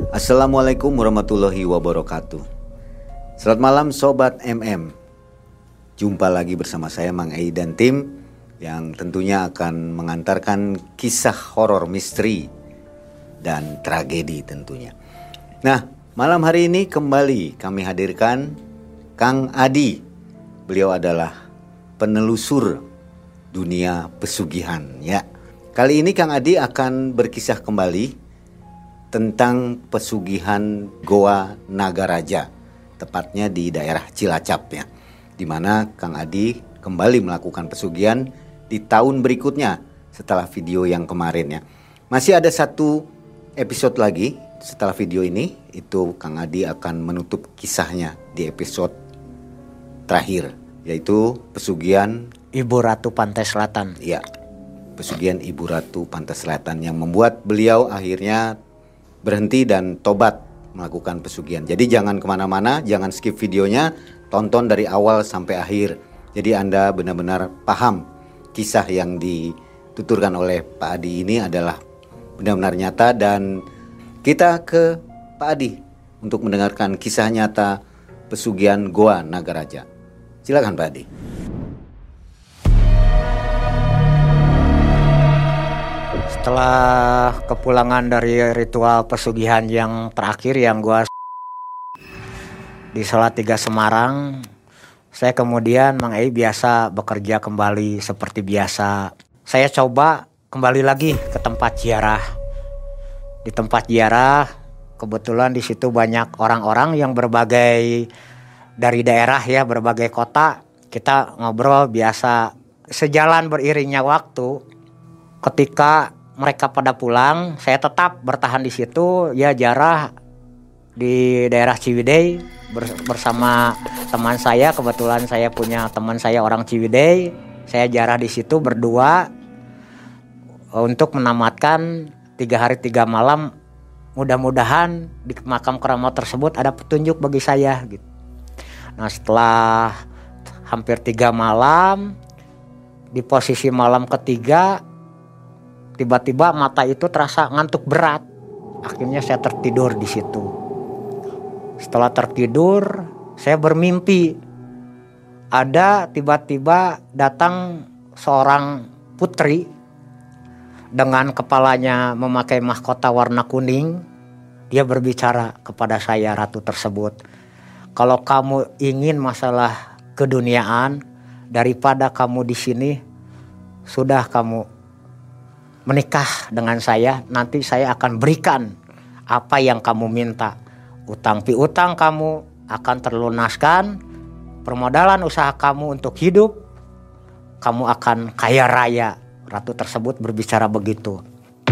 Assalamualaikum warahmatullahi wabarakatuh. Selamat malam Sobat MM. Jumpa lagi bersama saya Mang Ei dan tim yang tentunya akan mengantarkan kisah horor misteri dan tragedi tentunya. Nah, malam hari ini kembali kami hadirkan Kang Adi. Beliau adalah penelusur dunia pesugihan ya. Kali ini Kang Adi akan berkisah kembali tentang pesugihan Goa Nagaraja, tepatnya di daerah Cilacap ya, di mana Kang Adi kembali melakukan pesugihan di tahun berikutnya setelah video yang kemarin ya. Masih ada satu episode lagi setelah video ini, itu Kang Adi akan menutup kisahnya di episode terakhir, yaitu pesugihan Ibu Ratu Pantai Selatan. Ya, pesugihan Ibu Ratu Pantai Selatan yang membuat beliau akhirnya berhenti dan tobat melakukan pesugihan. Jadi jangan kemana-mana, jangan skip videonya, tonton dari awal sampai akhir. Jadi Anda benar-benar paham kisah yang dituturkan oleh Pak Adi ini adalah benar-benar nyata. Dan kita ke Pak Adi untuk mendengarkan kisah nyata pesugihan Goa Nagaraja. Silakan Pak Adi. Setelah kepulangan dari ritual pesugihan yang terakhir yang gua di Salatiga Semarang, saya kemudian Mang Ei biasa bekerja kembali seperti biasa. Saya coba kembali lagi ke tempat ziarah. Di tempat ziarah kebetulan di situ banyak orang-orang yang berbagai dari daerah ya, berbagai kota. Kita ngobrol biasa. Sejalan beriringnya waktu, ketika mereka pada pulang, saya tetap bertahan di situ ya, ziarah di daerah Ciwidey bersama teman saya. Kebetulan saya punya teman saya orang Ciwidey. Saya ziarah di situ berdua untuk menamatkan 3 hari 3 malam. Mudah-mudahan di makam keramat tersebut ada petunjuk bagi saya gitu. Nah, setelah hampir 3 malam, di posisi malam ketiga tiba-tiba mata itu terasa ngantuk berat. Akhirnya saya tertidur di situ. Setelah tertidur, saya bermimpi. Ada tiba-tiba datang seorang putri dengan kepalanya memakai mahkota warna kuning. Dia berbicara kepada saya, ratu tersebut. Kalau kamu ingin masalah keduniaan, daripada kamu di sini, sudah kamu menikah dengan saya, nanti saya akan berikan apa yang kamu minta. Utang piutang kamu akan terlunaskan, permodalan usaha kamu untuk hidup, kamu akan kaya raya. Ratu tersebut berbicara begitu.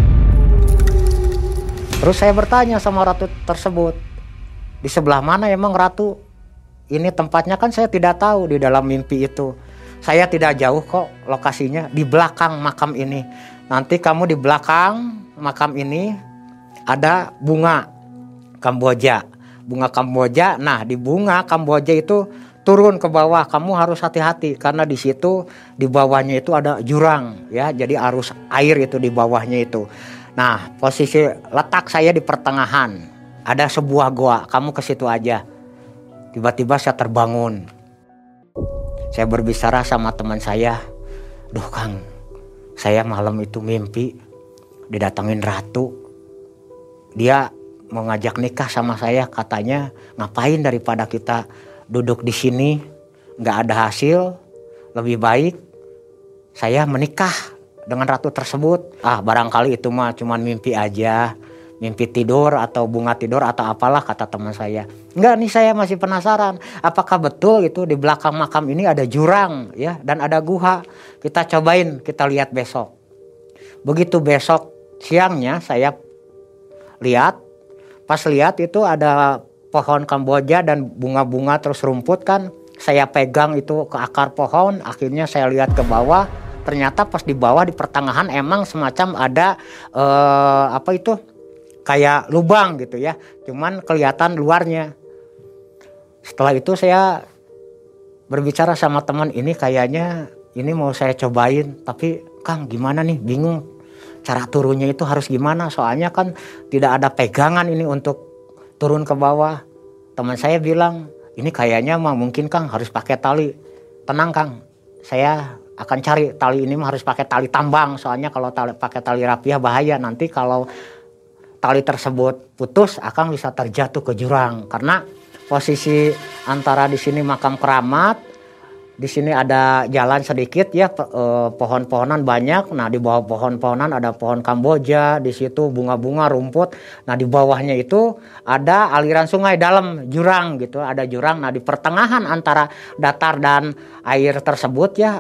Terus saya bertanya sama ratu tersebut, di sebelah mana emang ratu? Ini tempatnya kan saya tidak tahu di dalam mimpi itu. Saya tidak jauh kok lokasinya, di belakang makam ini. Nanti kamu di belakang makam ini ada bunga Kamboja. Bunga Kamboja. Nah, di bunga Kamboja itu turun ke bawah. Kamu harus hati-hati karena di situ di bawahnya itu ada jurang ya. Jadi arus air itu di bawahnya itu. Nah, posisi letak saya di pertengahan. Ada sebuah goa. Kamu ke situ aja. Tiba-tiba saya terbangun. Saya berbicara sama teman saya. Duh Kang, saya malam itu mimpi didatangin ratu. Dia mau ngajak nikah sama saya, katanya ngapain daripada kita duduk di sini nggak ada hasil, lebih baik saya menikah dengan ratu tersebut. Barangkali itu mah cuman mimpi aja, mimpi tidur atau bunga tidur atau apalah, kata teman saya. Enggak, nih saya masih penasaran, apakah betul itu di belakang makam ini ada jurang ya dan ada guha. Kita cobain, kita lihat besok. Begitu besok siangnya saya lihat, pas lihat itu ada pohon Kamboja dan bunga-bunga terus rumput kan. Saya pegang itu ke akar pohon, akhirnya saya lihat ke bawah. Ternyata pas di bawah di pertengahan emang semacam ada kayak lubang gitu ya. Cuman kelihatan luarnya. Setelah itu saya berbicara sama teman, ini kayaknya ini mau saya cobain, tapi Kang gimana nih, bingung cara turunnya itu harus gimana, soalnya kan tidak ada pegangan ini untuk turun ke bawah. Teman saya bilang, ini kayaknya mah mungkin Kang harus pakai tali. Tenang Kang, saya akan cari tali ini mah harus pakai tali tambang, soalnya kalau pakai tali rapiah bahaya, nanti kalau tali tersebut putus Akang bisa terjatuh ke jurang. Karena posisi antara di sini makam keramat, di sini ada jalan sedikit ya, pohon-pohonan banyak. Nah di bawah pohon-pohonan ada pohon Kamboja, di situ bunga-bunga, rumput. Nah di bawahnya itu ada aliran sungai dalam jurang gitu, ada jurang. Nah di pertengahan antara datar dan air tersebut ya,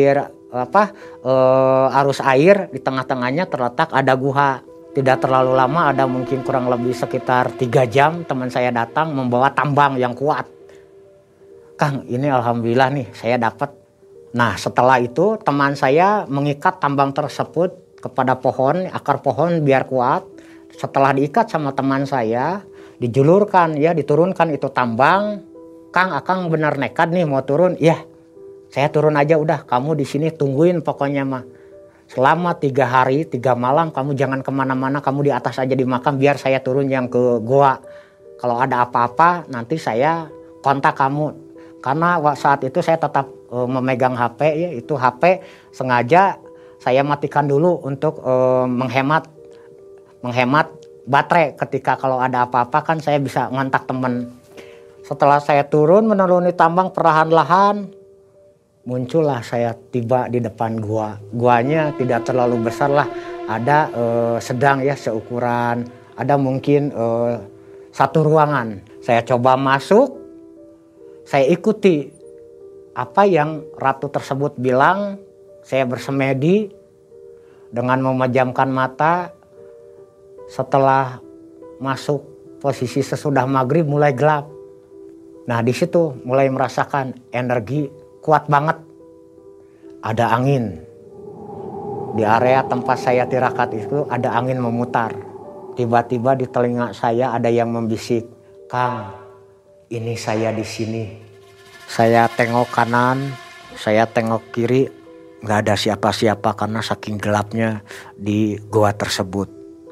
arus air, di tengah-tengahnya terletak ada guha. Tidak terlalu lama, ada mungkin kurang lebih sekitar 3 jam teman saya datang membawa tambang yang kuat. Kang, ini alhamdulillah nih saya dapat. Nah setelah itu teman saya mengikat tambang tersebut kepada pohon, akar pohon biar kuat. Setelah diikat sama teman saya, dijulurkan ya, diturunkan itu tambang. Kang, Akang benar nekat nih mau turun. Iya, saya turun aja udah. Kamu di sini tungguin pokoknya mah. Selama 3 hari 3 malam kamu jangan kemana-mana, kamu di atas aja di makam, biar saya turun yang ke goa. Kalau ada apa-apa nanti saya kontak kamu. Karena saat itu saya tetap memegang HP ya, itu HP sengaja saya matikan dulu untuk menghemat baterai. Ketika kalau ada apa-apa kan saya bisa ngontak teman. Setelah saya turun menuruni tambang perlahan-lahan, muncullah saya tiba di depan gua. Guanya tidak terlalu besar lah, ada sedang ya seukuran, ada mungkin 1 ruangan. Saya coba masuk. Saya ikuti apa yang ratu tersebut bilang. Saya bersemedi dengan memejamkan mata. Setelah masuk posisi sesudah maghrib mulai gelap. Nah di situ mulai merasakan energi kuat banget. Ada angin. Di area tempat saya tirakat itu ada angin memutar. Tiba-tiba di telinga saya ada yang membisik, Kang, ini saya di sini. Saya tengok kanan, saya tengok kiri, nggak ada siapa-siapa karena saking gelapnya di goa tersebut.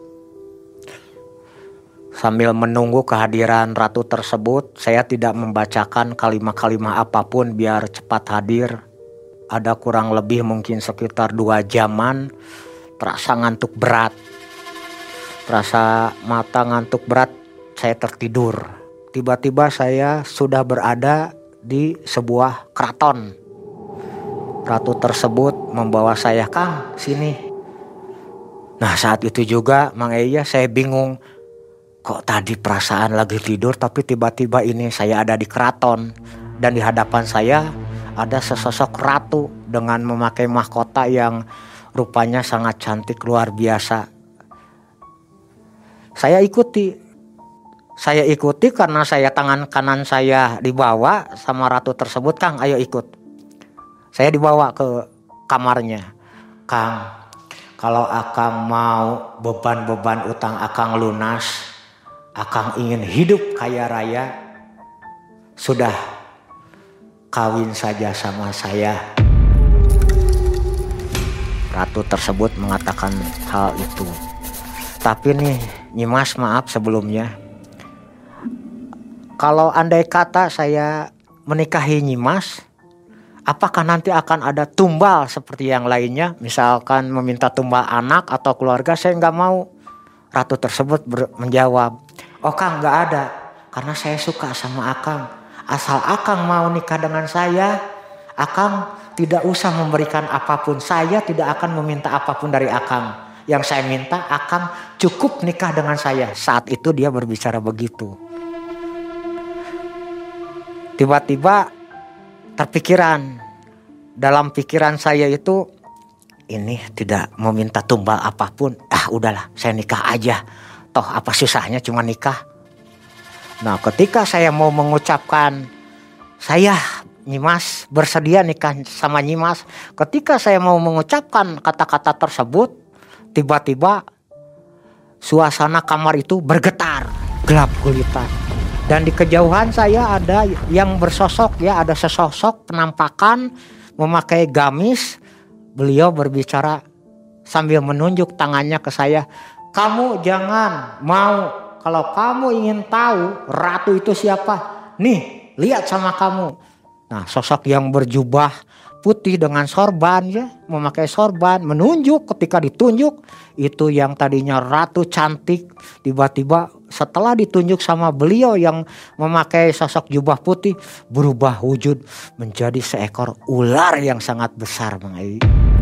Sambil menunggu kehadiran ratu tersebut, saya tidak membacakan kalimat-kalimat apapun biar cepat hadir. Ada kurang lebih mungkin sekitar 2 jaman, terasa ngantuk berat. Terasa mata ngantuk berat, saya tertidur. Tiba-tiba saya sudah berada di sebuah keraton. Ratu tersebut membawa saya, Kang, sini. Nah saat itu juga Mang Eya saya bingung. Kok tadi perasaan lagi tidur tapi tiba-tiba ini saya ada di keraton. Dan di hadapan saya ada sesosok ratu dengan memakai mahkota yang rupanya sangat cantik luar biasa. Saya ikuti karena saya tangan kanan saya dibawa sama ratu tersebut. Kang, ayo ikut. Saya dibawa ke kamarnya. Kang, kalau Akang mau beban-beban utang Akang lunas, Akang ingin hidup kaya raya, sudah kawin saja sama saya. Ratu tersebut mengatakan hal itu. Tapi nih Nyimas, maaf sebelumnya. Kalau andai kata saya menikahi Nyimas, apakah nanti akan ada tumbal seperti yang lainnya? Misalkan meminta tumbal anak atau keluarga, saya nggak mau. Ratu tersebut menjawab, oh Kang, nggak ada. Karena saya suka sama Akang. Asal Akang mau nikah dengan saya, Akang tidak usah memberikan apapun. Saya tidak akan meminta apapun dari Akang. Yang saya minta, Akang cukup nikah dengan saya. Saat itu dia berbicara begitu. Tiba-tiba terpikiran. Dalam pikiran saya itu, ini tidak meminta tumbal apapun. Udahlah, saya nikah aja. Toh apa susahnya cuma nikah. Nah ketika saya mau mengucapkan, saya Nyimas bersedia nikah sama Nyimas. Ketika saya mau mengucapkan kata-kata tersebut, tiba-tiba suasana kamar itu bergetar, gelap gulita. Dan di kejauhan saya ada yang bersosok ya, ada sesosok penampakan memakai gamis. Beliau berbicara, sambil menunjuk tangannya ke saya. Kamu jangan mau, kalau kamu ingin tahu ratu itu siapa, nih lihat sama kamu. Nah, sosok yang berjubah putih dengan sorban ya, memakai sorban, menunjuk. Ketika ditunjuk itu yang tadinya ratu cantik, tiba-tiba setelah ditunjuk sama beliau yang memakai sosok jubah putih, berubah wujud menjadi seekor ular yang sangat besar, Mang Ei.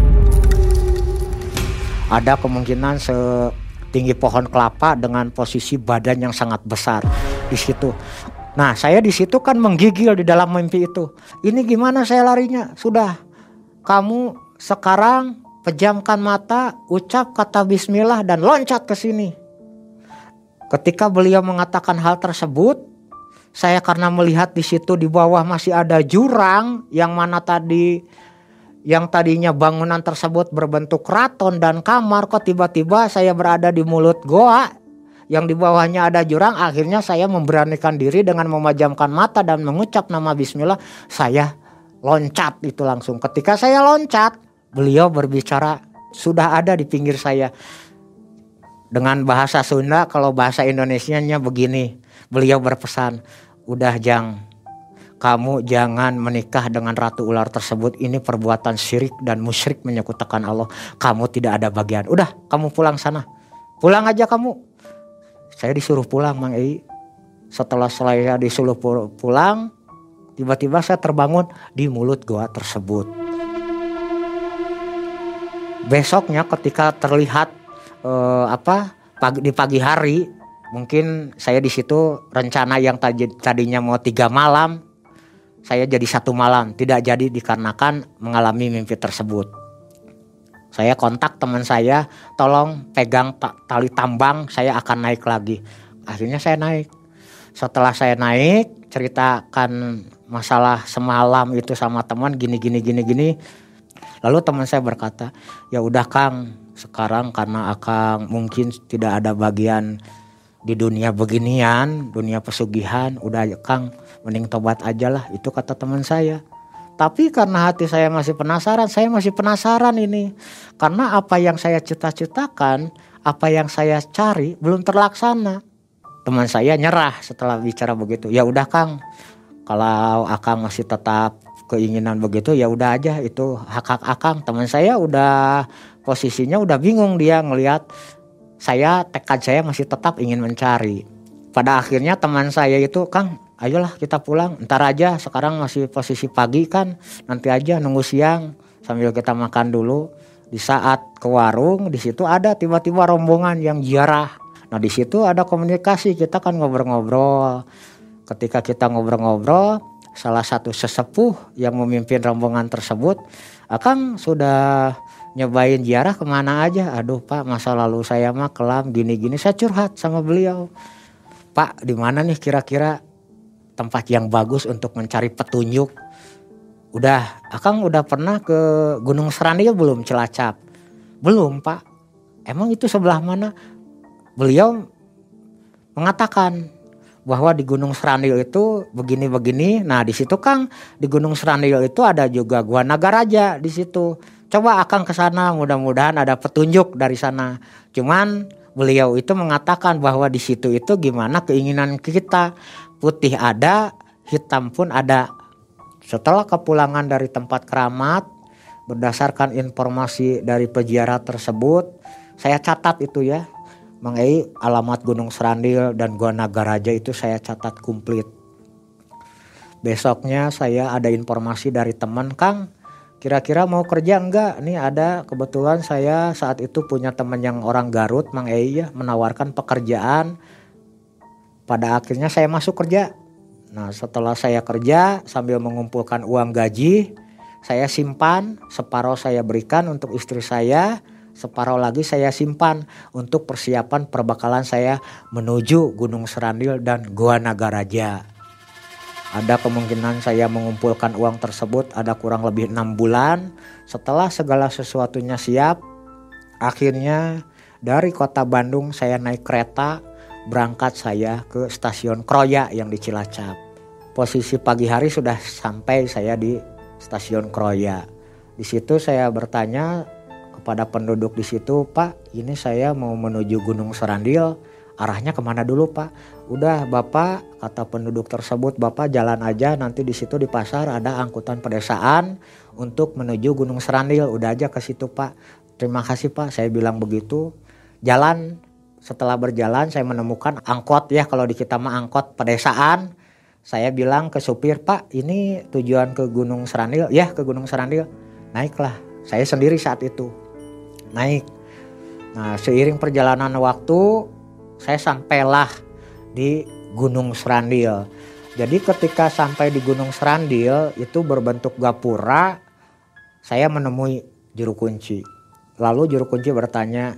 Ada kemungkinan setinggi pohon kelapa dengan posisi badan yang sangat besar di situ. Nah, saya di situ kan menggigil di dalam mimpi itu. Ini gimana saya larinya? Sudah, kamu sekarang pejamkan mata, ucap kata bismillah dan loncat ke sini. Ketika beliau mengatakan hal tersebut, saya karena melihat di situ di bawah masih ada jurang yang mana yang tadinya bangunan tersebut berbentuk keraton dan kamar, kok tiba-tiba saya berada di mulut goa yang di bawahnya ada jurang. Akhirnya saya memberanikan diri dengan memejamkan mata dan mengucap nama bismillah. Saya loncat itu langsung. Ketika saya loncat, beliau berbicara sudah ada di pinggir saya. Dengan bahasa Sunda, kalau bahasa Indonesianya begini. Beliau berpesan, udah Jang, kamu jangan menikah dengan ratu ular tersebut. Ini perbuatan syirik dan musyrik menyekutukan Allah. Kamu tidak ada bagian. Udah, kamu pulang sana. Pulang aja kamu. Saya disuruh pulang, Mang Ei. Setelah saya disuruh pulang, tiba-tiba saya terbangun di mulut goa tersebut. Besoknya ketika terlihat di pagi hari, mungkin saya di situ rencana yang tadinya mau 3 malam, saya jadi 1 malam. Tidak jadi dikarenakan mengalami mimpi tersebut. Saya kontak teman saya, tolong pegang tali tambang, saya akan naik lagi. Akhirnya saya naik. Setelah saya naik, ceritakan masalah semalam itu sama teman gini. Lalu teman saya berkata, ya udah Kang, sekarang karena Akang mungkin tidak ada bagian di dunia beginian, dunia pesugihan, udah Kang mending tobat aja lah. Itu kata teman saya. Tapi karena hati saya masih penasaran ini. Karena apa yang saya cita-citakan, apa yang saya cari belum terlaksana. Teman saya nyerah setelah bicara begitu. Ya udah Kang, kalau Akang masih tetap keinginan begitu, ya udah aja, itu hak Akang. Teman saya udah posisinya udah bingung, dia ngelihat tekad saya masih tetap ingin mencari. Pada akhirnya teman saya itu, Kang, ayolah kita pulang, ntar aja, sekarang masih posisi pagi kan, nanti aja nunggu siang sambil kita makan dulu. Di saat ke warung, di situ ada tiba-tiba rombongan yang ziarah. Nah di situ ada komunikasi, kita kan ngobrol-ngobrol. Ketika kita ngobrol-ngobrol, salah satu sesepuh yang memimpin rombongan tersebut, Akang sudah nyobain ziarah kemana aja? Aduh Pak, masa lalu saya mah kelam gini-gini. Saya curhat sama beliau, Pak, di mana nih kira-kira tempat yang bagus untuk mencari petunjuk? Udah, Akang udah pernah ke Gunung Serandil belum, Cilacap? Belum Pak. Emang itu sebelah mana? Beliau mengatakan bahwa di Gunung Serandil itu begini-begini. Nah di situ Kang, di Gunung Serandil itu ada juga Gua Nagaraja di situ. Coba Akang ke sana, mudah-mudahan ada petunjuk dari sana. Cuman beliau itu mengatakan bahwa di situ itu gimana keinginan kita, putih ada, hitam pun ada. Setelah kepulangan dari tempat keramat, berdasarkan informasi dari peziarah tersebut, saya catat itu ya, Mang Ei, alamat Gunung Serandil dan Gua Nagaraja itu saya catat komplit. Besoknya saya ada informasi dari teman, Kang, kira-kira mau kerja enggak? Nih ada, kebetulan saya saat itu punya teman yang orang Garut, Mang Ei ya, menawarkan pekerjaan. Pada akhirnya saya masuk kerja. Nah setelah saya kerja sambil mengumpulkan uang gaji, saya simpan, separuh saya berikan untuk istri saya, separuh lagi saya simpan untuk persiapan perbekalan saya menuju Gunung Serandil dan Gua Nagaraja. Ada kemungkinan saya mengumpulkan uang tersebut ada kurang lebih 6 bulan. Setelah segala sesuatunya siap, akhirnya dari kota Bandung saya naik kereta, berangkat saya ke stasiun Kroya yang di Cilacap. Posisi pagi hari sudah sampai saya di stasiun Kroya. Di situ saya bertanya kepada penduduk di situ, "Pak, ini saya mau menuju Gunung Serandil, arahnya kemana dulu Pak?" "Udah Bapak," kata penduduk tersebut, "Bapak jalan aja, nanti di situ di pasar ada angkutan pedesaan untuk menuju Gunung Serandil, udah aja ke situ Pak." "Terima kasih Pak," saya bilang begitu. Jalan, setelah berjalan saya menemukan angkot ya, kalau di kita mah angkot pedesaan. Saya bilang ke supir, "Pak, ini tujuan ke Gunung Serandil?" "Ya, ke Gunung Serandil." Naiklah, saya sendiri saat itu naik. Nah, seiring perjalanan waktu saya sampailah di Gunung Serandil. Jadi ketika sampai di Gunung Serandil itu berbentuk gapura, saya menemui juru kunci. Lalu juru kunci bertanya,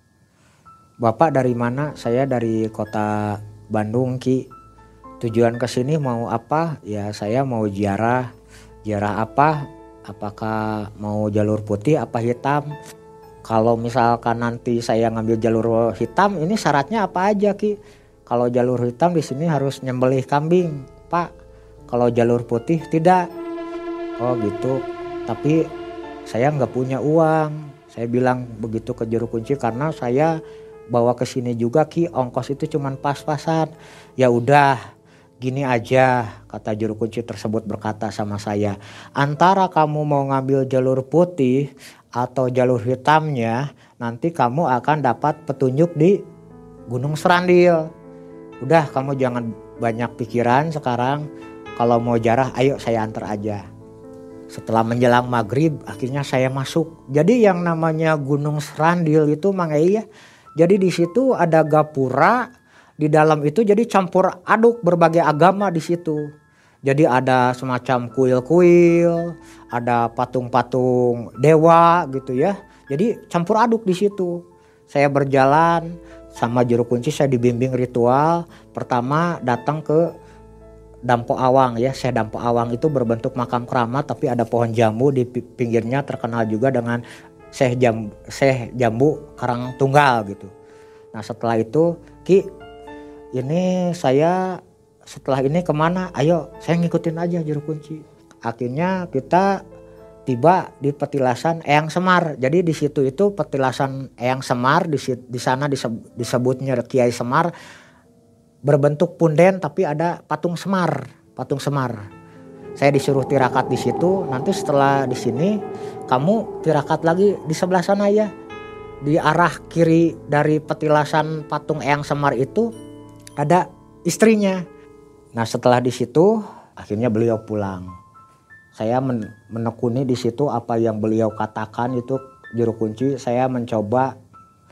"Bapak dari mana?" "Saya dari kota Bandung Ki." "Tujuan ke sini mau apa?" "Ya saya mau ziarah." "Ziarah apa? Apakah mau jalur putih apa hitam?" "Kalau misalkan nanti saya ngambil jalur hitam, ini syaratnya apa aja Ki?" "Kalau jalur hitam di sini harus nyembelih kambing Pak. Kalau jalur putih tidak." "Oh gitu, tapi saya nggak punya uang." Saya bilang begitu ke juru kunci, "Karena saya bawa ke sini juga Ki, ongkos itu cuman pas-pasan." "Ya udah, gini aja," kata juru kunci tersebut berkata sama saya, "antara kamu mau ngambil jalur putih atau jalur hitamnya, nanti kamu akan dapat petunjuk di Gunung Serandil. Udah kamu jangan banyak pikiran sekarang, kalau mau jarah ayo saya antar aja." Setelah menjelang maghrib akhirnya saya masuk. Jadi yang namanya Gunung Serandil itu Mang Ei ya, jadi di situ ada gapura. Di dalam itu jadi campur aduk berbagai agama di situ. Jadi ada semacam kuil-kuil, ada patung-patung dewa gitu ya. Jadi campur aduk di situ. Saya berjalan sama juru kunci, saya dibimbing ritual. Pertama datang ke Dampo Awang ya. Dampo Awang itu berbentuk makam keramat tapi ada pohon jambu di pinggirnya, terkenal juga dengan Syekh Jambu Karang Tunggal gitu. Nah setelah itu, "Ki, ini saya setelah ini kemana?" "Ayo saya ngikutin aja juru kunci." Akhirnya kita tiba di petilasan Eyang Semar. Jadi di situ itu petilasan Eyang Semar, di sana disebutnya Kiai Semar, berbentuk punden tapi ada patung Semar. Saya disuruh tirakat di situ. "Nanti setelah di sini kamu tirakat lagi di sebelah sana ya." Di arah kiri dari petilasan patung Eyang Semar itu ada istrinya. Nah setelah di situ akhirnya beliau pulang. Saya menekuni di situ apa yang beliau katakan itu juru kunci. Saya mencoba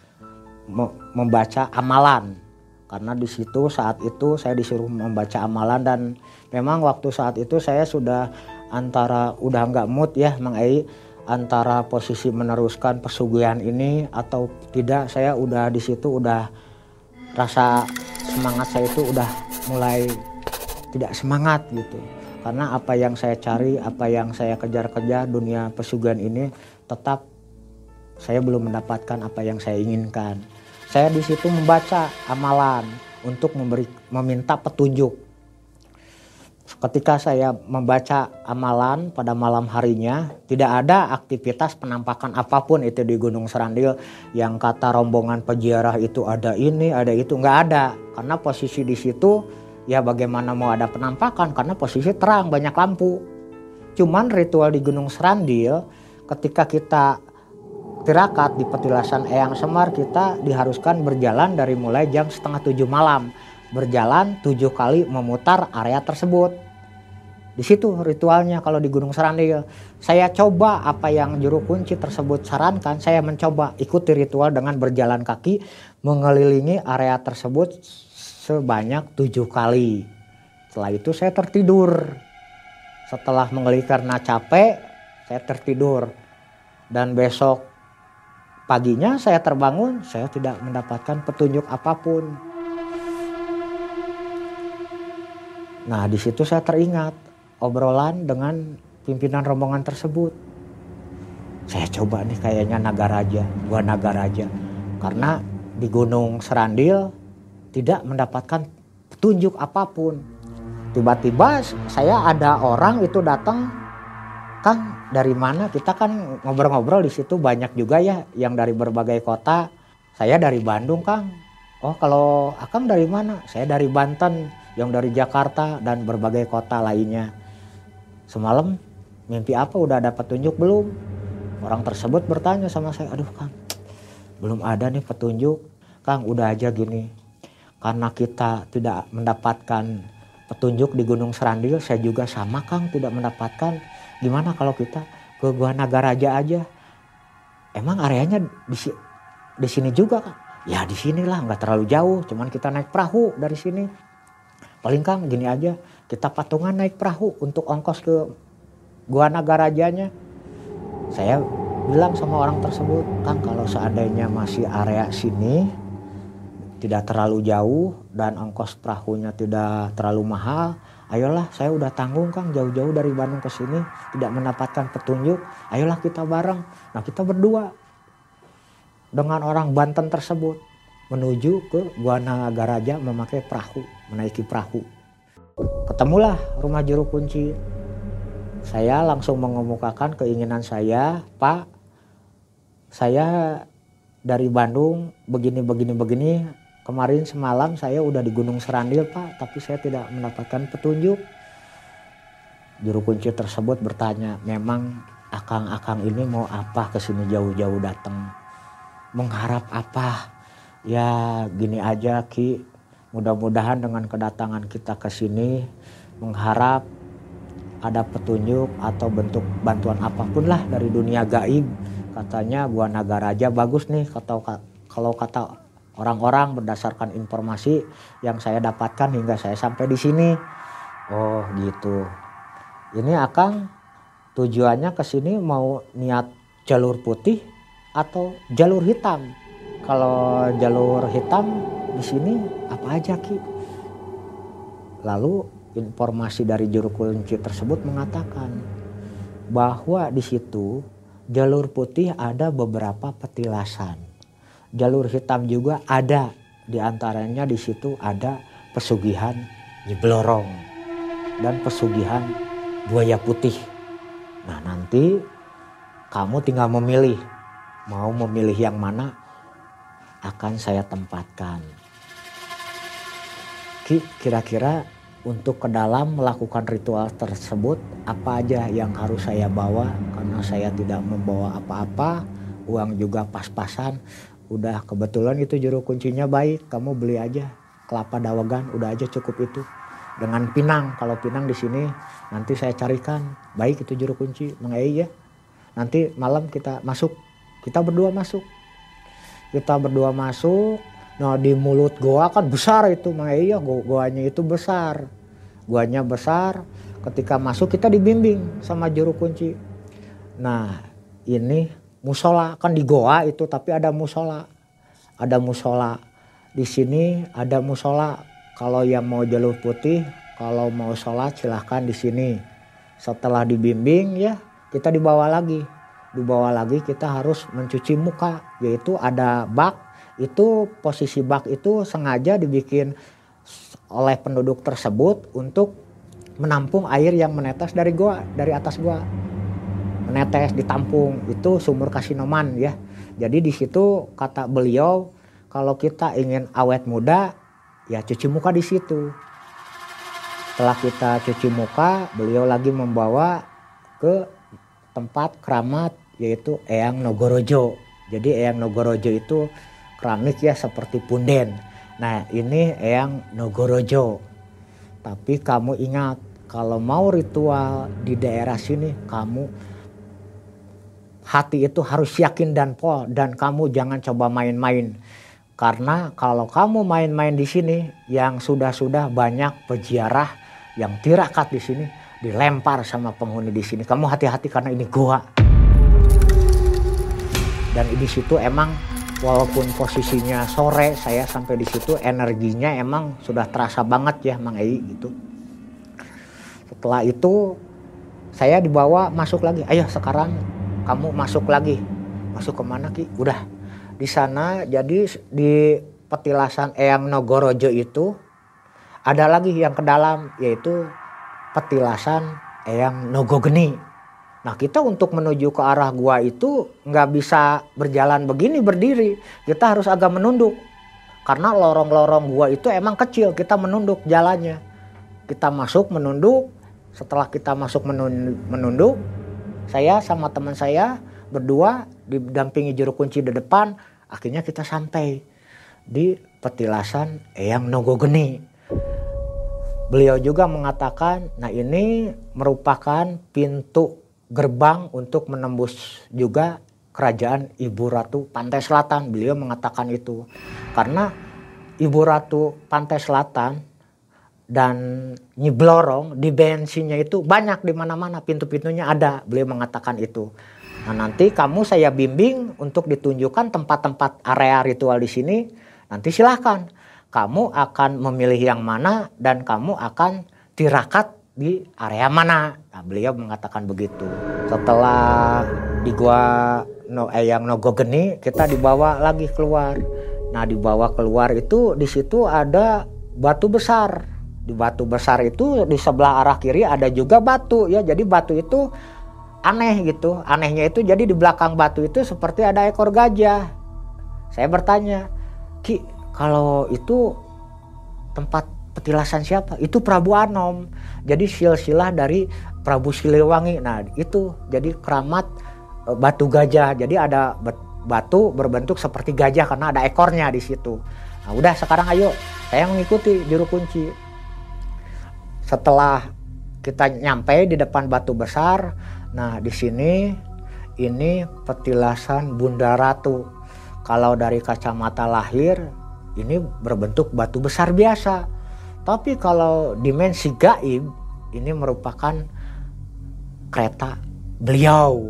membaca amalan karena di situ saat itu saya disuruh membaca amalan, dan memang waktu saat itu saya sudah antara udah nggak mood ya Mang Ei, antara posisi meneruskan pesugihan ini atau tidak. Saya udah di situ udah rasa semangat saya itu udah mulai tidak semangat gitu. Karena apa yang saya cari, apa yang saya kejar-kejar dunia pesugihan ini, tetap saya belum mendapatkan apa yang saya inginkan. Saya di situ membaca amalan untuk meminta petunjuk. Ketika saya membaca amalan pada malam harinya, tidak ada aktivitas penampakan apapun itu di Gunung Serandil. Yang kata rombongan peziarah itu ada ini, ada itu, nggak ada. Karena posisi di situ ya bagaimana mau ada penampakan, karena posisi terang, banyak lampu. Cuman ritual di Gunung Serandil, ketika kita tirakat di petilasan Eyang Semar, kita diharuskan berjalan dari mulai jam 6:30 malam. Berjalan 7 kali memutar area tersebut. Di situ ritualnya kalau di Gunung Serandil. Saya coba apa yang juru kunci tersebut sarankan, saya mencoba ikuti ritual dengan berjalan kaki mengelilingi area tersebut sebanyak 7 kali. Setelah itu saya tertidur. Setelah mengelilingi karena capek, saya tertidur. Dan besok paginya saya terbangun, saya tidak mendapatkan petunjuk apapun. Nah di situ saya teringat obrolan dengan pimpinan rombongan tersebut. Saya coba nih kayaknya gua Nagaraja. Karena di Gunung Serandil tidak mendapatkan petunjuk apapun. Tiba-tiba saya ada orang itu datang Kang dari mana? Kita kan ngobrol-ngobrol di situ banyak juga ya yang dari berbagai kota. Saya dari Bandung, Kang. Oh kalau Akang dari mana? Saya dari Banten, yang dari Jakarta dan berbagai kota lainnya. Semalam mimpi apa udah ada petunjuk belum? Orang tersebut bertanya sama saya, aduh Kang belum ada nih petunjuk. Kang udah aja gini, karena kita tidak mendapatkan petunjuk di Gunung Serandil, saya juga sama Kang tidak mendapatkan. Gimana kalau kita ke Gua Nagaraja aja? Emang areanya di sini juga Kang? Ya di sinilah, nggak terlalu jauh, cuman kita naik perahu dari sini. Paling Kang gini aja, kita patungan naik perahu untuk ongkos ke Gua Nagarajanya. Saya bilang sama orang tersebut, Kang kalau seandainya masih area sini tidak terlalu jauh dan ongkos perahunya tidak terlalu mahal, ayolah saya udah tanggung Kang jauh-jauh dari Bandung ke sini tidak mendapatkan petunjuk, ayolah kita bareng. Nah kita berdua dengan orang Banten tersebut menuju ke Gua Nagaraja memakai perahu, menaiki perahu. Ketemulah rumah juru kunci. Saya langsung mengemukakan keinginan saya, Pak, saya dari Bandung begini. Kemarin semalam saya udah di Gunung Serandil Pak, tapi saya tidak mendapatkan petunjuk. Juru kunci tersebut bertanya, memang akang ini mau apa kesini jauh-jauh datang? Mengharap apa? Ya gini aja Ki, mudah-mudahan dengan kedatangan kita ke sini mengharap ada petunjuk atau bentuk bantuan apapun lah dari dunia gaib. Katanya Gua Nagaraja bagus nih kalau kata orang-orang berdasarkan informasi yang saya dapatkan hingga saya sampai di sini. Oh gitu. Ini Akang tujuannya ke sini mau niat jalur putih atau jalur hitam? Kalau jalur hitam di sini apa aja Ki? Lalu informasi dari juru kunci tersebut mengatakan bahwa di situ jalur putih ada beberapa petilasan. Jalur hitam juga ada, di antaranya di situ ada pesugihan Nyi Blorong dan pesugihan Buaya Putih. Nah nanti kamu tinggal memilih, mau memilih yang mana akan saya tempatkan. Kira-kira untuk ke dalam melakukan ritual tersebut apa aja yang harus saya bawa, karena saya tidak membawa apa-apa, uang juga pas-pasan. Udah kebetulan itu juru kuncinya baik, kamu beli aja kelapa dawagan, udah aja cukup itu. Dengan pinang, kalau pinang di sini nanti saya carikan. Baik itu juru kunci, Mang Ei ya. Nanti malam kita masuk, kita berdua masuk. Nah di mulut goa kan besar itu Mang Ei ya, goanya itu besar. Goanya besar, ketika masuk kita dibimbing sama juru kunci. Nah ini musola kan di goa itu, tapi ada musola. Ada musola. Di sini ada musola. Kalau yang mau jalur putih, kalau mau sholat silahkan di sini. Setelah dibimbing ya, kita dibawa lagi. Dibawa lagi kita harus mencuci muka, yaitu ada bak. Itu posisi bak itu sengaja dibikin oleh penduduk tersebut untuk menampung air yang menetes dari goa, dari atas goa. Menetes ditampung, itu sumur Kasinoman ya. Jadi di situ kata beliau kalau kita ingin awet muda ya cuci muka di situ. Setelah kita cuci muka, beliau lagi membawa ke tempat keramat yaitu Eyang Nogorojo. Jadi Eyang Nogorojo itu keramik ya seperti punden. Nah ini Eyang Nogorojo. Tapi kamu ingat kalau mau ritual di daerah sini kamu hati itu harus yakin dan pol, dan kamu jangan coba main-main. Karena kalau kamu main-main di sini yang sudah banyak peziarah yang tirakat di sini dilempar sama penghuni di sini. Kamu hati-hati karena ini goa. Dan di situ emang walaupun posisinya sore saya sampai di situ energinya emang sudah terasa banget ya Mang Ei gitu. Setelah itu saya dibawa masuk lagi. Ayo sekarang kamu masuk lagi. Masuk kemana Ki? Udah di sana. Jadi di petilasan Eyang Nogorojo itu ada lagi yang ke dalam, yaitu petilasan Eyang Nogogeni. Nah kita untuk menuju ke arah gua itu nggak bisa berjalan begini berdiri, kita harus agak menunduk. Karena lorong-lorong gua itu emang kecil, kita menunduk jalannya. Kita masuk menunduk, setelah kita masuk menunduk, saya sama teman saya berdua didampingi juru kunci di depan, akhirnya kita sampai di petilasan Eyang Nogogeni. Beliau juga mengatakan, nah ini merupakan pintu gerbang untuk menembus juga kerajaan Ibu Ratu Pantai Selatan. Beliau mengatakan itu karena Ibu Ratu Pantai Selatan dan Nyi Blorong di bensinnya itu banyak di mana-mana, pintu-pintunya ada. Beliau mengatakan itu. Nah nanti kamu saya bimbing untuk ditunjukkan tempat-tempat area ritual di sini. Nanti silahkan kamu akan memilih yang mana dan kamu akan tirakat di area mana. Nah, beliau mengatakan begitu. Setelah di gua Eyang Nogogeni kita dibawa lagi keluar. Nah dibawa keluar itu di situ ada batu besar. Di batu besar itu di sebelah arah kiri ada juga batu ya. Jadi batu itu aneh gitu. Anehnya itu jadi di belakang batu itu seperti ada ekor gajah. Saya bertanya, Ki, kalau itu tempat petilasan siapa? Itu Prabu Anom. Jadi silsilah dari Prabu Siliwangi. Nah itu jadi keramat batu gajah. Jadi ada batu berbentuk seperti gajah karena ada ekornya di situ. Nah udah sekarang ayo saya mengikuti juru kunci. Setelah kita nyampe di depan batu besar, nah di sini ini petilasan Bunda Ratu. Kalau dari kacamata lahir ini berbentuk batu besar biasa. Tapi kalau dimensi gaib ini merupakan kereta beliau.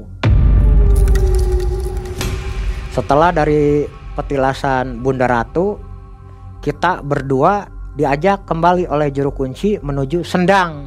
Setelah dari petilasan Bunda Ratu, kita berdua diajak kembali oleh juru kunci menuju Sendang.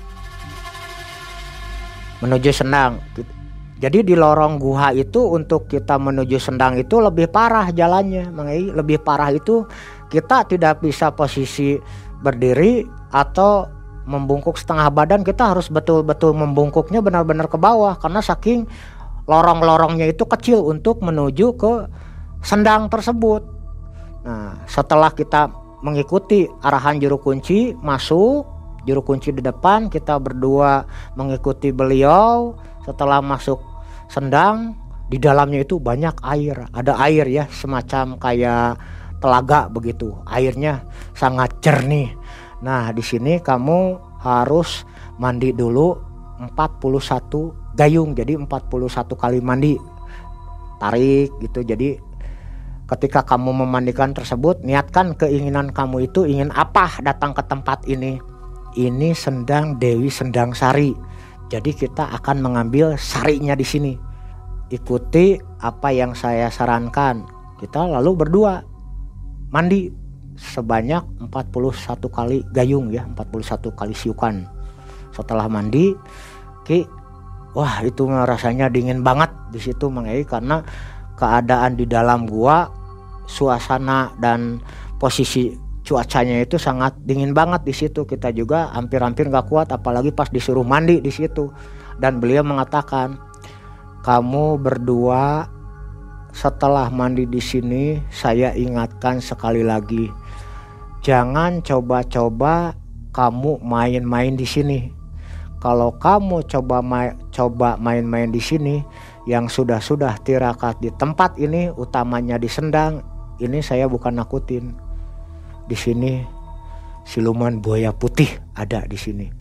Menuju Sendang. Jadi di lorong gua itu untuk kita menuju Sendang itu lebih parah jalannya. Lebih parah itu kita tidak bisa posisi berdiri atau membungkuk setengah badan. Kita harus betul-betul membungkuknya benar-benar ke bawah. Karena saking lorong-lorongnya itu kecil untuk menuju ke Sendang tersebut. Nah setelah kita mengikuti arahan juru kunci masuk, juru kunci di depan, kita berdua mengikuti beliau. Setelah masuk Sendang, di dalamnya itu banyak air, ada air ya semacam kayak telaga begitu, airnya sangat jernih. Nah di sini kamu harus mandi dulu 41 gayung, jadi 41 kali mandi, tarik gitu. Jadi ketika kamu memandikan tersebut, niatkan keinginan kamu itu ingin apa datang ke tempat ini. Ini Sendang Dewi Sendang Sari. Jadi kita akan mengambil sarinya di sini. Ikuti apa yang saya sarankan. Kita lalu berdua mandi sebanyak 41 kali gayung ya, 41 kali siukan. Setelah mandi, wah itu rasanya dingin banget di situ Mang Ei, karena keadaan di dalam gua, suasana dan posisi cuacanya itu sangat dingin banget di situ. Kita juga hampir-hampir nggak kuat, apalagi pas disuruh mandi di situ. Dan beliau mengatakan, kamu berdua setelah mandi di sini, saya ingatkan sekali lagi, jangan coba-coba kamu main-main di sini. Kalau kamu coba main-main di sini, yang sudah tirakat di tempat ini, utamanya di Sendang, ini saya bukan nakutin. Di sini siluman buaya putih ada di sini.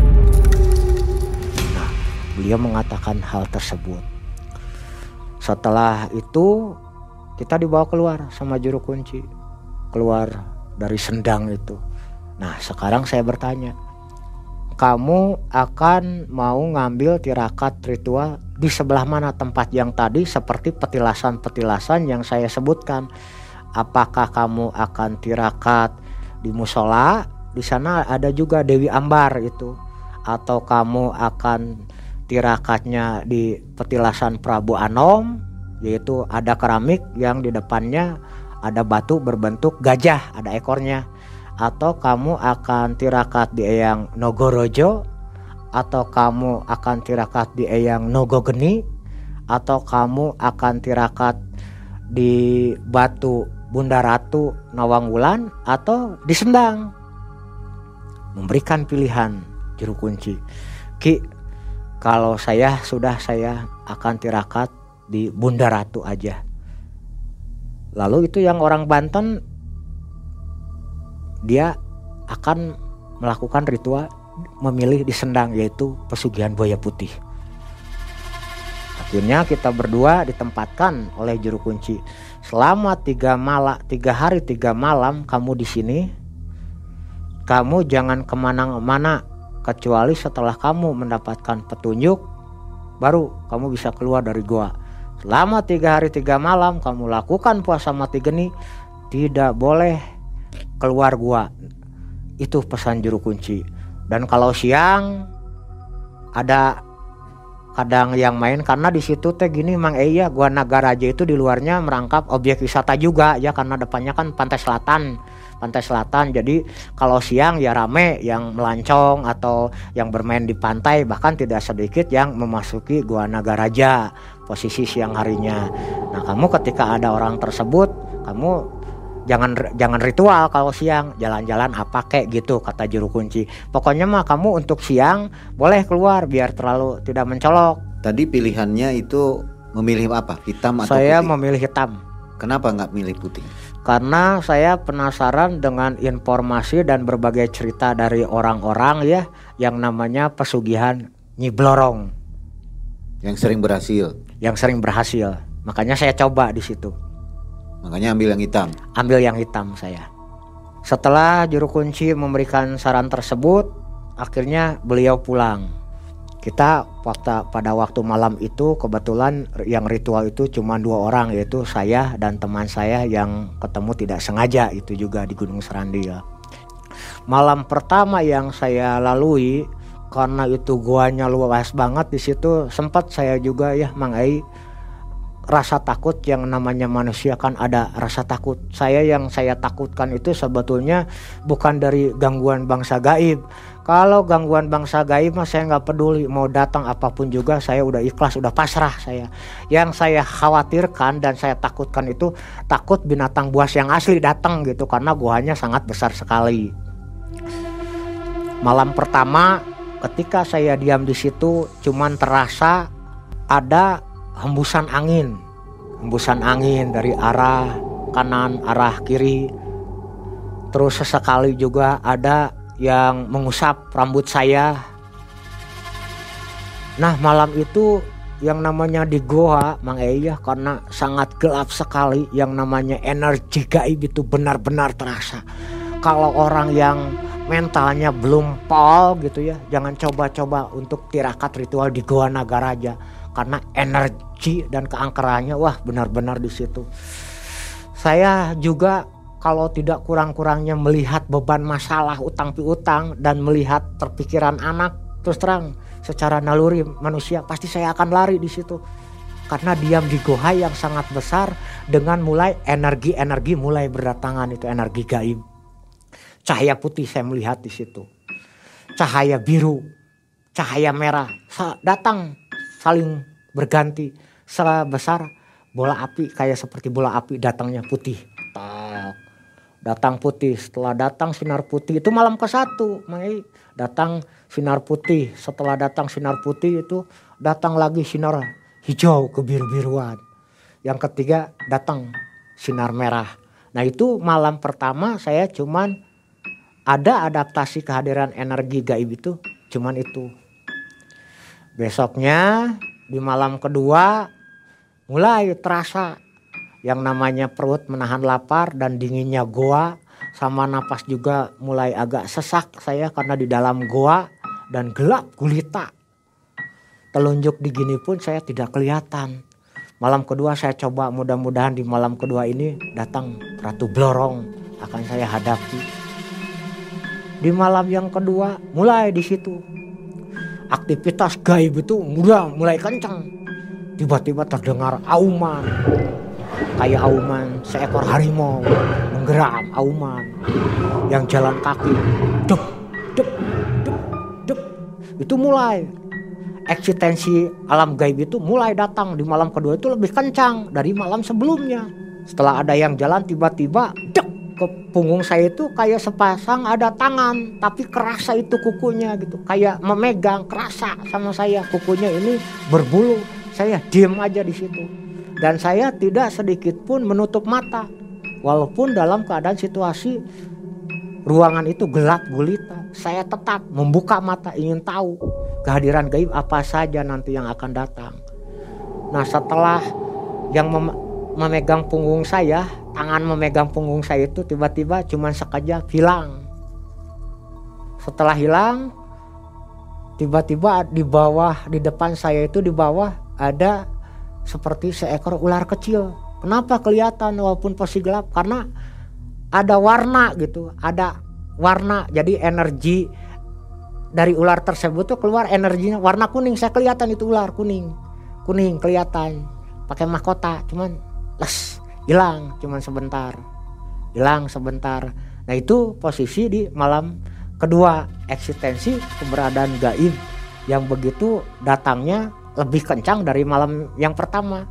Nah, beliau mengatakan hal tersebut. Setelah itu kita dibawa keluar sama juru kunci, keluar dari Sendang itu. Nah, sekarang saya bertanya, kamu akan mau ngambil tirakat ritual di sebelah mana tempat yang tadi seperti petilasan-petilasan yang saya sebutkan? Apakah kamu akan tirakat di musola? Di sana ada juga Dewi Ambar itu. Atau kamu akan tirakatnya di petilasan Prabu Anom, yaitu ada keramik yang di depannya ada batu berbentuk gajah, ada ekornya. Atau kamu akan tirakat di Eyang Nogorojo, atau kamu akan tirakat di Eyang Nogogeni, atau kamu akan tirakat di Batu Bunda Ratu Nawangwulan, atau di Sendang. Memberikan pilihan juru kunci. Ki, kalau saya akan tirakat di Bunda Ratu aja. Lalu itu yang orang Banten, dia akan melakukan ritual memilih di Sendang, yaitu pesugihan buaya putih. Akhirnya kita berdua ditempatkan oleh juru kunci. Selama 3 hari 3 malam kamu di sini. Kamu jangan kemana-mana kecuali setelah kamu mendapatkan petunjuk, baru kamu bisa keluar dari gua. Selama 3 hari 3 malam kamu lakukan puasa mati geni, tidak boleh keluar gua. Itu pesan juru kunci. Dan kalau siang ada kadang yang main, karena di situ teh gini Mang Iya, Gua Nagaraja itu di luarnya merangkap objek wisata juga ya, karena depannya kan pantai selatan. Jadi kalau siang ya rame yang melancong atau yang bermain di pantai, bahkan tidak sedikit yang memasuki Gua Nagaraja posisi siang harinya. Nah, kamu ketika ada orang tersebut, kamu jangan ritual kalau siang, jalan-jalan apa kek gitu kata juru kunci. Pokoknya mah kamu untuk siang boleh keluar biar terlalu tidak mencolok. Tadi pilihannya itu memilih apa? Hitam atau saya putih? Saya memilih hitam. Kenapa nggak milih putih? Karena saya penasaran dengan informasi dan berbagai cerita dari orang-orang ya, yang namanya pesugihan Nyi Blorong. Yang sering berhasil. Makanya saya coba di situ. Makanya ambil yang hitam. Ambil yang hitam saya. Setelah juru kunci memberikan saran tersebut, akhirnya beliau pulang. Kita pada waktu malam itu kebetulan yang ritual itu cuma 2 orang, yaitu saya dan teman saya yang ketemu tidak sengaja itu juga di Gunung Serandil. Malam pertama yang saya lalui, karena itu guanya luas banget di situ, sempat saya juga ya Mang Ai rasa takut. Yang namanya manusia kan ada rasa takut. Yang saya takutkan itu sebetulnya bukan dari gangguan bangsa gaib. Kalau gangguan bangsa gaib mah saya nggak peduli, mau datang apapun juga saya udah ikhlas, udah pasrah saya. Yang saya khawatirkan dan saya takutkan itu takut binatang buas yang asli datang gitu, karena guanya sangat besar sekali. Malam pertama ketika saya diam di situ, cuman terasa ada hembusan angin dari arah kanan, arah kiri. Terus sesekali juga ada yang mengusap rambut saya. Nah, malam itu yang namanya di goa Mang Eyah, karena sangat gelap sekali, yang namanya energi gaib itu benar-benar terasa. Kalau orang yang mentalnya belum pol gitu ya, jangan coba-coba untuk tirakat ritual di Goa Nagaraja, karena energi dan keangkerannya wah benar-benar di situ. Saya juga kalau tidak kurang-kurangnya melihat beban masalah utang piutang dan melihat terpikiran anak, terus terang secara naluri manusia pasti saya akan lari di situ. Karena diam di goa yang sangat besar dengan mulai energi mulai berdatangan, itu energi gaib. Cahaya putih saya melihat di situ. Cahaya biru, cahaya merah datang saling berganti, sebesar bola api, kayak seperti bola api datangnya putih. Datang putih, setelah datang sinar putih, itu malam ke-1 datang sinar putih. Setelah datang sinar putih itu datang lagi sinar hijau kebiru-biruan. Yang ketiga datang sinar merah. Nah, itu malam pertama saya cuman ada adaptasi kehadiran energi gaib itu, cuman itu. Besoknya di malam kedua mulai terasa yang namanya perut menahan lapar dan dinginnya goa, sama napas juga mulai agak sesak saya karena di dalam goa dan gelap gulita. Telunjuk di gini pun saya tidak kelihatan. Malam kedua saya coba, mudah-mudahan di malam kedua ini datang Ratu Blorong akan saya hadapi. Di malam yang kedua mulai di situ aktivitas gaib itu mulai kencang. Tiba-tiba terdengar auman, kayak auman seekor harimau menggeram, auman yang jalan kaki, dep dep dep dep itu mulai eksistensi alam gaib itu mulai datang di malam kedua itu lebih kencang dari malam sebelumnya. Setelah ada yang jalan tiba-tiba dek ke punggung saya itu kayak sepasang ada tangan, tapi kerasa itu kukunya gitu, kayak memegang, kerasa sama saya kukunya ini berbulu. Saya diem aja di situ dan saya tidak sedikit pun menutup mata, walaupun dalam keadaan situasi ruangan itu gelap gulita. Saya tetap membuka mata ingin tahu kehadiran gaib apa saja nanti yang akan datang. Nah setelah yang memegang punggung saya, tangan memegang punggung saya itu tiba-tiba cuman sekejap hilang. Setelah hilang, tiba-tiba di bawah, di depan saya itu di bawah ada seperti seekor ular kecil. Kenapa kelihatan walaupun posisi gelap? Karena ada warna gitu, ada warna. Jadi energi dari ular tersebut tuh keluar energinya warna kuning. Saya kelihatan itu ular kuning kelihatan. Pakai mahkota, cuman hilang cuman sebentar. Nah itu posisi di malam kedua, eksistensi keberadaan gaib yang begitu datangnya lebih kencang dari malam yang pertama.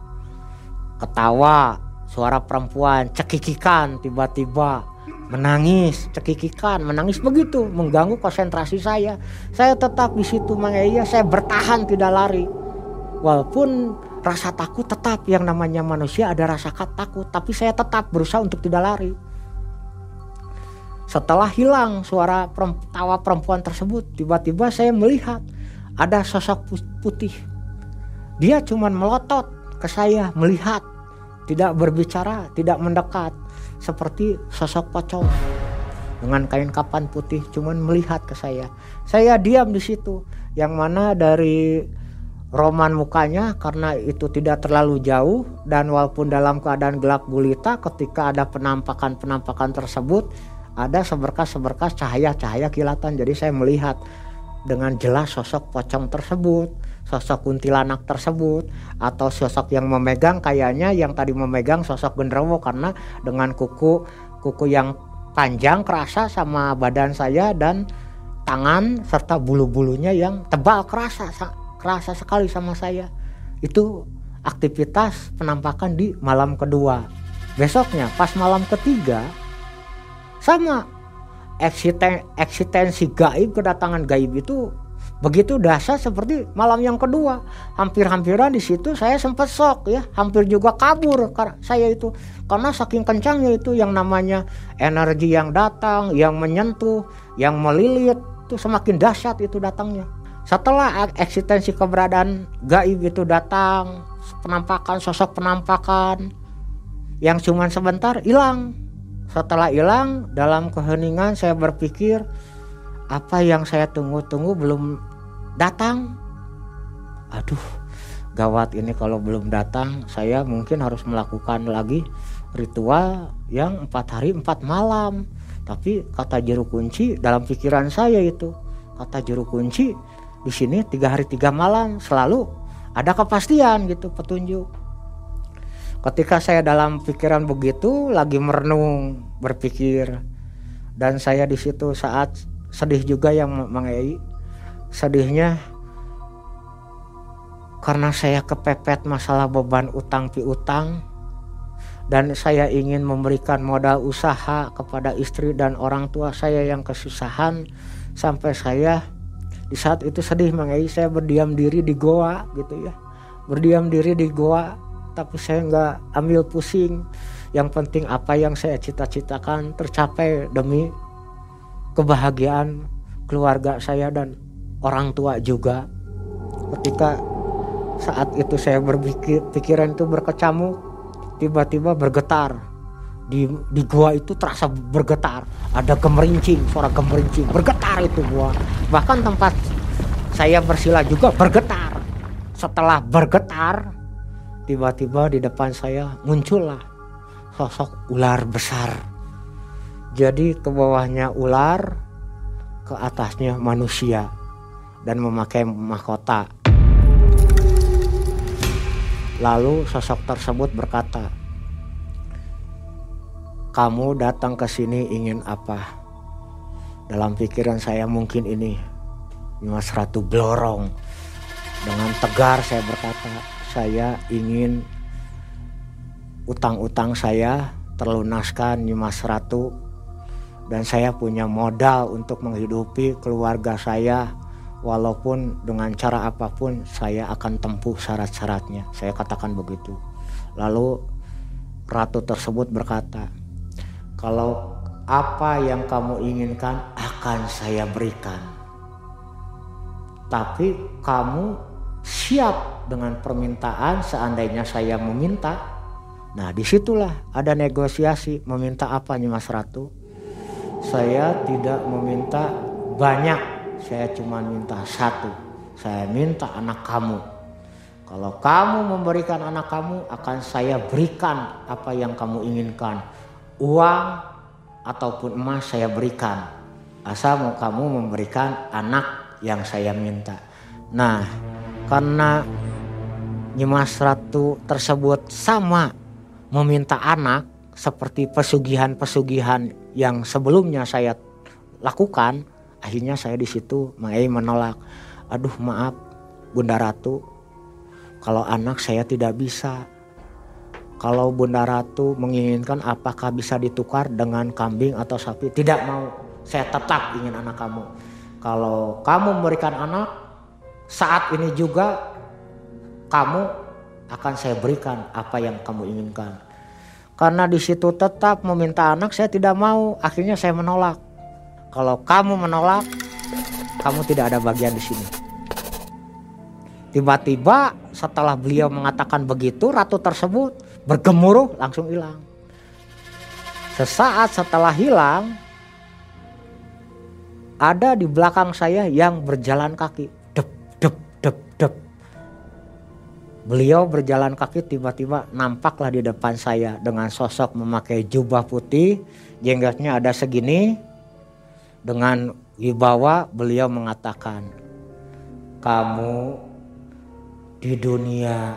Ketawa, suara perempuan, cekikikan, tiba-tiba menangis, cekikikan, menangis begitu mengganggu konsentrasi saya. Saya tetap di situ Mang Ei, saya bertahan tidak lari. Walaupun rasa takut tetap, yang namanya manusia ada rasa takut, tapi saya tetap berusaha untuk tidak lari. Setelah hilang suara tawa perempuan tersebut, tiba-tiba saya melihat ada sosok putih. Dia cuman melotot ke saya, melihat, tidak berbicara, tidak mendekat, seperti sosok pocong dengan kain kapan putih, cuman melihat ke saya. Saya diam di situ, yang mana dari roman mukanya karena itu tidak terlalu jauh, dan walaupun dalam keadaan gelap gulita, ketika ada penampakan tersebut ada seberkas cahaya kilatan. Jadi saya melihat dengan jelas sosok pocong tersebut, sosok kuntilanak tersebut, atau sosok yang memegang, kayaknya yang tadi memegang sosok genderuwo karena dengan kuku yang panjang kerasa sama badan saya, dan tangan serta bulu-bulunya yang tebal kerasa sekali sama saya. Itu aktivitas penampakan di malam kedua. Besoknya pas malam ketiga sama, eksistensi gaib, kedatangan gaib itu begitu dahsyat seperti malam yang kedua. Hampir-hampiran di situ saya sempat shock ya, hampir juga kabur saya itu karena saking kencangnya itu yang namanya energi yang datang, yang menyentuh, yang melilit itu semakin dahsyat itu datangnya. Setelah eksistensi keberadaan gaib itu datang, sosok penampakan yang cuman sebentar hilang. Setelah hilang, dalam keheningan saya berpikir, apa yang saya tunggu-tunggu belum datang. Aduh, gawat ini kalau belum datang. Saya mungkin harus melakukan lagi ritual yang 4 hari 4 malam. Tapi kata juru kunci dalam pikiran saya itu, kata juru kunci di sini 3 hari 3 malam selalu ada kepastian gitu, petunjuk. Ketika saya dalam pikiran begitu, lagi merenung, berpikir, dan saya di situ saat sedih juga yang Mang Ei. Sedihnya karena saya kepepet masalah beban utang piutang, dan saya ingin memberikan modal usaha kepada istri dan orang tua saya yang kesusahan. Sampai saya di saat itu sedih Mang Ei, saya berdiam diri di goa gitu ya. Berdiam diri di goa, tapi saya nggak ambil pusing. Yang penting apa yang saya cita-citakan tercapai demi kebahagiaan keluarga saya dan orang tua juga. Ketika saat itu saya pikiran itu berkecamuk, tiba-tiba bergetar. Di gua itu terasa bergetar, ada gemerincing, suara gemerincing, bergetar itu gua. Bahkan tempat saya bersila juga bergetar. Setelah bergetar, tiba-tiba di depan saya muncullah sosok ular besar. Jadi ke bawahnya ular, ke atasnya manusia, dan memakai mahkota. Lalu sosok tersebut berkata, "Kamu datang ke sini ingin apa?" Dalam pikiran saya mungkin ini, Nyimas Ratu blorong. Dengan tegar saya berkata, saya ingin utang-utang saya terlunaskan Nyimas Ratu, dan saya punya modal untuk menghidupi keluarga saya, walaupun dengan cara apapun saya akan tempuh syarat-syaratnya. Saya katakan begitu. Lalu ratu tersebut berkata, kalau apa yang kamu inginkan akan saya berikan, tapi kamu siap dengan permintaan seandainya saya meminta. Nah, disitulah ada negosiasi. Meminta apa Nyimas Ratu? Saya tidak meminta banyak, saya cuma minta satu. Saya minta anak kamu. Kalau kamu memberikan anak kamu, akan saya berikan apa yang kamu inginkan. Uang ataupun emas saya berikan, asal mau kamu memberikan anak yang saya minta. Nah, karena Nyimas Ratu tersebut sama meminta anak seperti pesugihan-pesugihan yang sebelumnya saya lakukan, akhirnya saya di situ menolak. Aduh maaf Bunda Ratu, kalau anak saya tidak bisa. Kalau Bunda Ratu menginginkan apakah bisa ditukar dengan kambing atau sapi? Tidak mau, saya tetap ingin anak kamu. Kalau kamu memberikan anak, saat ini juga kamu akan saya berikan apa yang kamu inginkan. Karena di situ tetap meminta anak, saya tidak mau. Akhirnya saya menolak. Kalau kamu menolak, kamu tidak ada bagian di sini. Tiba-tiba setelah beliau mengatakan begitu, ratu tersebut bergemuruh langsung hilang. Sesaat setelah hilang, ada di belakang saya yang berjalan kaki. Dep, dep, dep, dep. Beliau berjalan kaki, tiba-tiba nampaklah di depan saya dengan sosok memakai jubah putih, jenggotnya ada segini. Dengan wibawa beliau mengatakan, kamu di dunia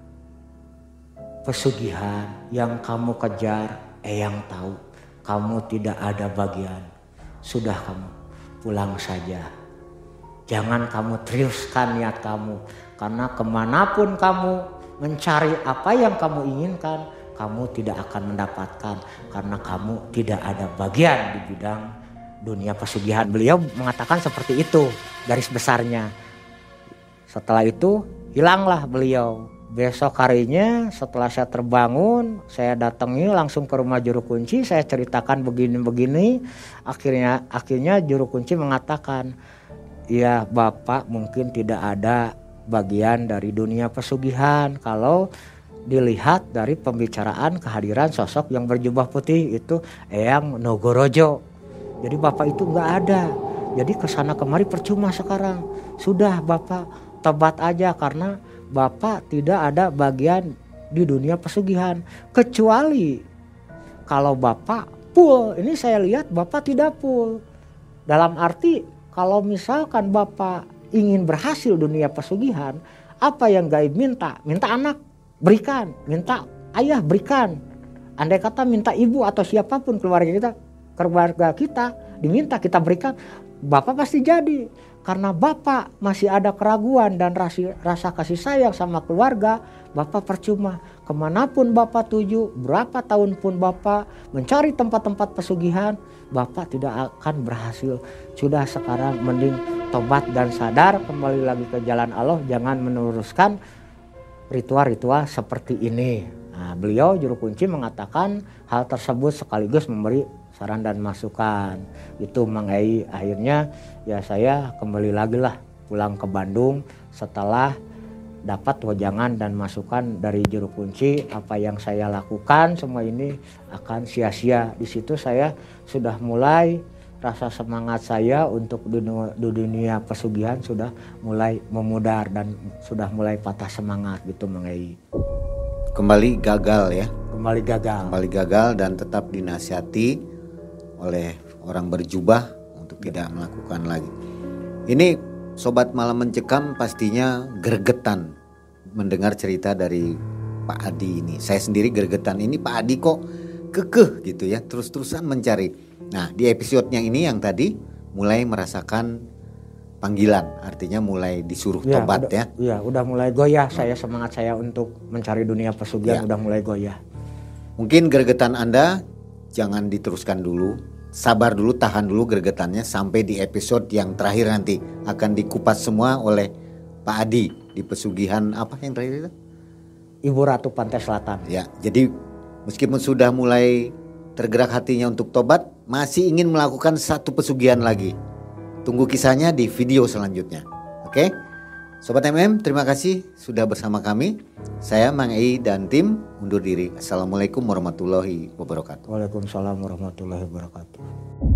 pesugihan yang kamu kejar, yang tahu kamu tidak ada bagian. Sudah, kamu pulang saja. Jangan kamu teruskan niat kamu, karena kemanapun kamu mencari apa yang kamu inginkan, kamu tidak akan mendapatkan, karena kamu tidak ada bagian di bidang dunia pesugihan. Beliau mengatakan seperti itu garis besarnya. Setelah itu hilanglah beliau. Besok harinya setelah saya terbangun, saya datangi langsung ke rumah juru kunci, saya ceritakan begini-begini. Akhirnya juru kunci mengatakan, ya Bapak mungkin tidak ada bagian dari dunia pesugihan. Kalau dilihat dari pembicaraan kehadiran sosok yang berjubah putih itu Eyang Nogorojo. Jadi Bapak itu nggak ada. Jadi kesana kemari percuma sekarang. Sudah Bapak tobat aja, karena Bapak tidak ada bagian di dunia pesugihan. Kecuali kalau Bapak full. Ini saya lihat Bapak tidak full. Dalam arti kalau misalkan Bapak ingin berhasil dunia pesugihan, apa yang gaib minta? Minta anak, berikan. Minta ayah, berikan. Andai kata minta ibu atau siapapun keluarga kita diminta, kita berikan. Bapak pasti jadi. Karena Bapak masih ada keraguan dan rasa kasih sayang sama keluarga, Bapak percuma. Kemanapun Bapak tuju, berapa tahun pun Bapak mencari tempat-tempat pesugihan, Bapak tidak akan berhasil. Sudah, sekarang mending tobat dan sadar, kembali lagi ke jalan Allah, jangan meneruskan ritual-ritual seperti ini. Nah, beliau juru kunci mengatakan hal tersebut sekaligus memberi saran dan masukan. Itu Mang Ei. Akhirnya ya saya kembali lagi lah pulang ke Bandung setelah dapat wejangan dan masukan dari juru kunci. Apa yang saya lakukan semua ini akan sia-sia. Di situ saya sudah mulai rasa semangat saya untuk dunia pesugihan sudah mulai memudar dan sudah mulai patah semangat gitu Mang Ei. Kembali gagal ya. Kembali gagal dan tetap dinasihati oleh orang berjubah untuk tidak melakukan lagi. Ini Sobat Malam Mencekam pastinya gregetan mendengar cerita dari Pak Adi ini. Saya sendiri gregetan, ini Pak Adi kok kekeh gitu ya, terus-terusan mencari. Nah, di episodenya ini yang tadi mulai merasakan panggilan, artinya mulai disuruh tobat udah, ya. Iya, udah mulai goyah semangat saya untuk mencari dunia pesugihan udah mulai goyah. Mungkin gregetan Anda jangan diteruskan dulu, sabar dulu, tahan dulu gregetannya sampai di episode yang terakhir nanti akan dikupas semua oleh Pak Adi di pesugihan apa yang terakhir itu? Ibu Ratu Pantai Selatan. Ya, jadi meskipun sudah mulai tergerak hatinya untuk tobat, masih ingin melakukan satu pesugihan lagi. Tunggu kisahnya di video selanjutnya. Oke? Sobat MM, terima kasih sudah bersama kami. Saya Mang Ei dan tim undur diri. Assalamualaikum warahmatullahi wabarakatuh. Waalaikumsalam warahmatullahi wabarakatuh.